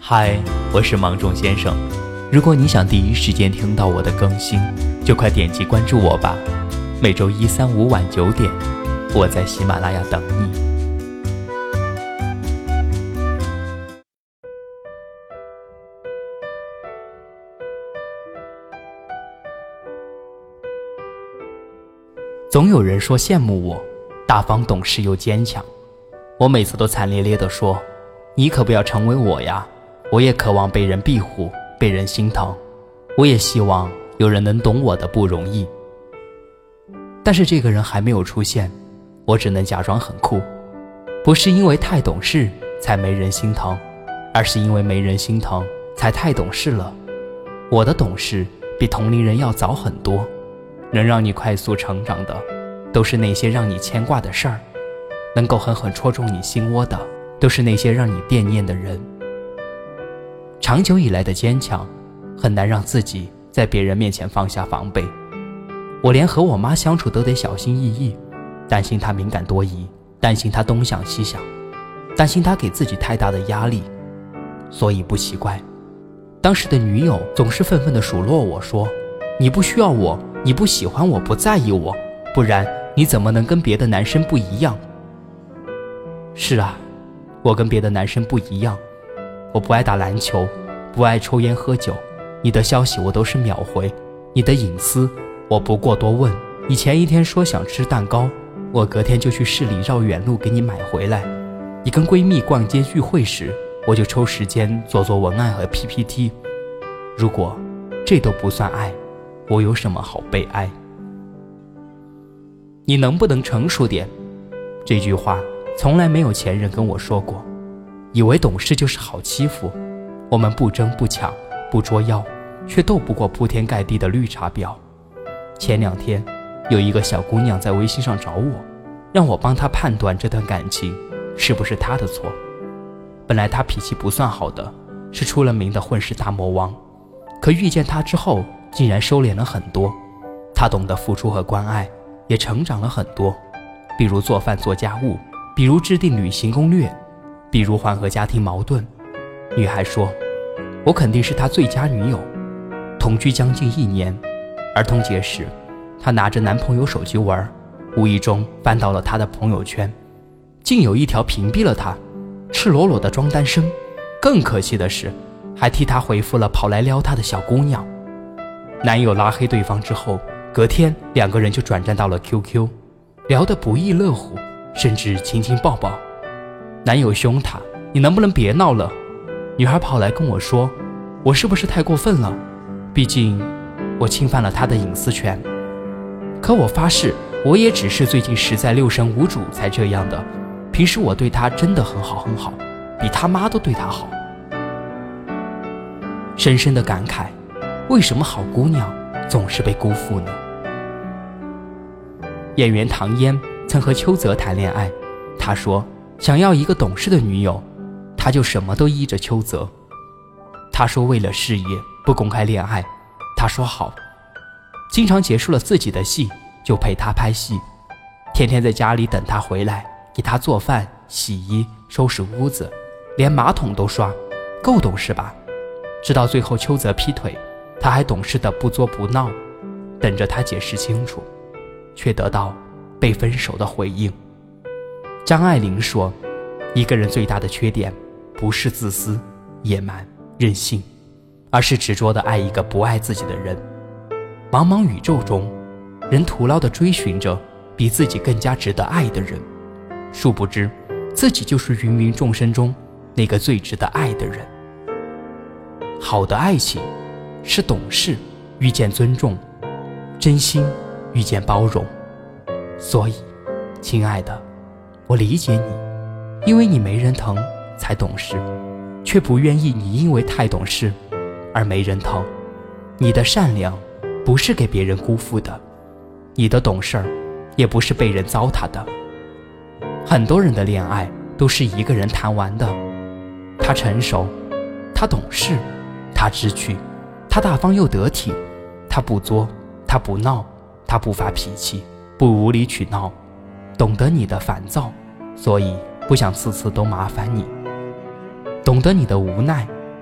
嗨，我是芒种先生。如果你想第一时间听到我的更新，就快点击关注我吧。每周一、三、五晚9点，我在喜马拉雅等你。总有人说羡慕我，大方懂事又坚强。我每次都惨烈烈地说，你可不要成为我呀，我也渴望被人庇护，被人心疼，我也希望有人能懂我的不容易。但是这个人还没有出现，我只能假装很酷。不是因为太懂事才没人心疼，而是因为没人心疼才太懂事了。我的懂事比同龄人要早很多，能让你快速成长的都是那些让你牵挂的事儿，能够狠狠戳中你心窝的都是那些让你惦念的人。长久以来的坚强很难让自己在别人面前放下防备。我连和我妈相处都得小心翼翼，担心她敏感多疑，担心她东想西想，担心她给自己太大的压力。所以不奇怪，当时的女友总是愤愤地数落我说，你不需要我，你不喜欢我，不在意我，不然你怎么能跟别的男生不一样？是啊，我跟别的男生不一样，我不爱打篮球，不爱抽烟喝酒，你的消息我都是秒回，你的隐私我不过多问，你前一天说想吃蛋糕，我隔天就去市里绕远路给你买回来。你跟闺蜜逛街聚会时，我就抽时间做文案和 PPT。 如果这都不算爱，我有什么好悲哀？你能不能成熟点？这句话从来没有前任跟我说过。以为懂事就是好欺负，我们不争不抢不捉妖，却斗不过铺天盖地的绿茶婊。前2天有一个小姑娘在微信上找我，让我帮她判断这段感情是不是她的错。本来她脾气不算好的，是出了名的混世大魔王，可遇见她之后竟然收敛了很多。她懂得付出和关爱，也成长了很多，比如做饭做家务，比如制定旅行攻略，比如缓和家庭矛盾。女孩说，我肯定是她最佳女友。同居将近1年，儿童节时她拿着男朋友手机玩，无意中翻到了他的朋友圈，竟有一条屏蔽了他，赤裸裸的装单身。更可气的是，还替他回复了跑来撩他的小姑娘。男友拉黑对方之后，隔天2个人就转战到了 QQ， 聊得不亦乐乎，甚至亲亲抱抱。男友凶她，你能不能别闹了？女孩跑来跟我说，我是不是太过分了？毕竟我侵犯了她的隐私权。可我发誓，我也只是最近实在6神无主才这样的，平时我对她真的很好很好，比她妈都对她好。深深的感慨，为什么好姑娘总是被辜负呢？演员唐嫣曾和邱泽谈恋爱，她说想要一个懂事的女友，她就什么都依着邱泽。她说为了事业不公开恋爱，她说好。经常结束了自己的戏就陪他拍戏，天天在家里等他回来，给他做饭洗衣收拾屋子，连马桶都刷，够懂事吧？直到最后邱泽劈腿，他还懂事的不作不闹，等着他解释清楚，却得到被分手的回应。张爱玲说，一个人最大的缺点不是自私野蛮任性，而是执着地爱一个不爱自己的人。茫茫宇宙中，人徒劳地追寻着比自己更加值得爱的人，殊不知自己就是芸芸众生中那个最值得爱的人。好的爱情是懂事遇见尊重，真心遇见包容。所以亲爱的，我理解你，因为你没人疼才懂事，却不愿意你因为太懂事而没人疼。你的善良不是给别人辜负的，你的懂事也不是被人糟蹋的。很多人的恋爱都是一个人谈完的，他成熟，他懂事，他知趣，他大方又得体，他不作，他不闹，他不发脾气，不无理取闹，懂得你的烦躁，所以不想次次都麻烦你，懂得你的无奈，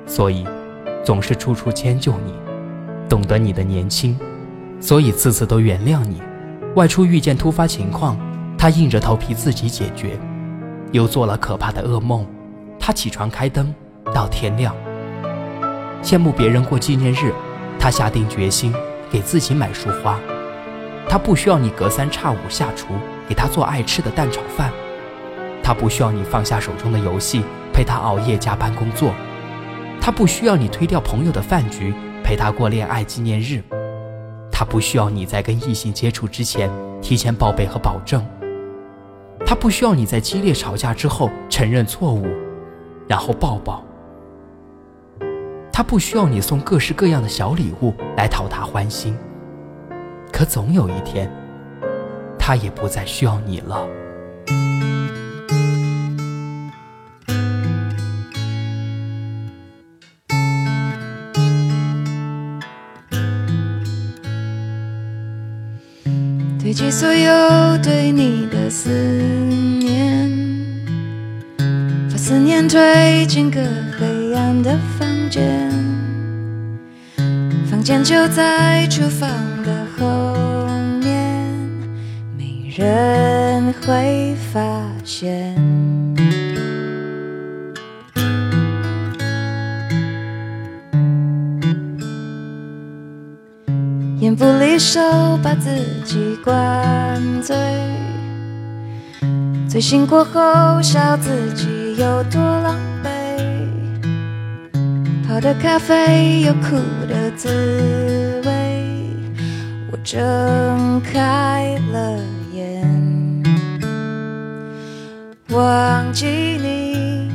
所以总是处处迁就你，懂得你的年轻，所以次次都原谅你。外出遇见突发情况，他硬着头皮自己解决。又做了可怕的噩梦，他起床开灯到天亮。羡慕别人过纪念日，他下定决心给自己买束花。他不需要你隔三差五下厨给他做爱吃的蛋炒饭，他不需要你放下手中的游戏陪他熬夜加班工作，他不需要你推掉朋友的饭局陪他过恋爱纪念日，他不需要你在跟异性接触之前提前报备和保证，他不需要你在激烈吵架之后承认错误然后抱抱，他不需要你送各式各样的小礼物来讨他欢心。可总有一天，他也不再需要你了。 堆积所有对你的思念，把思念推进个黑暗的房间，房间就在厨房的后面，没人会发现。眼不离手，把自己灌醉，醉醒过后笑自己有多狼狈，泡的咖啡有苦的滋味，我睁开了眼，忘记你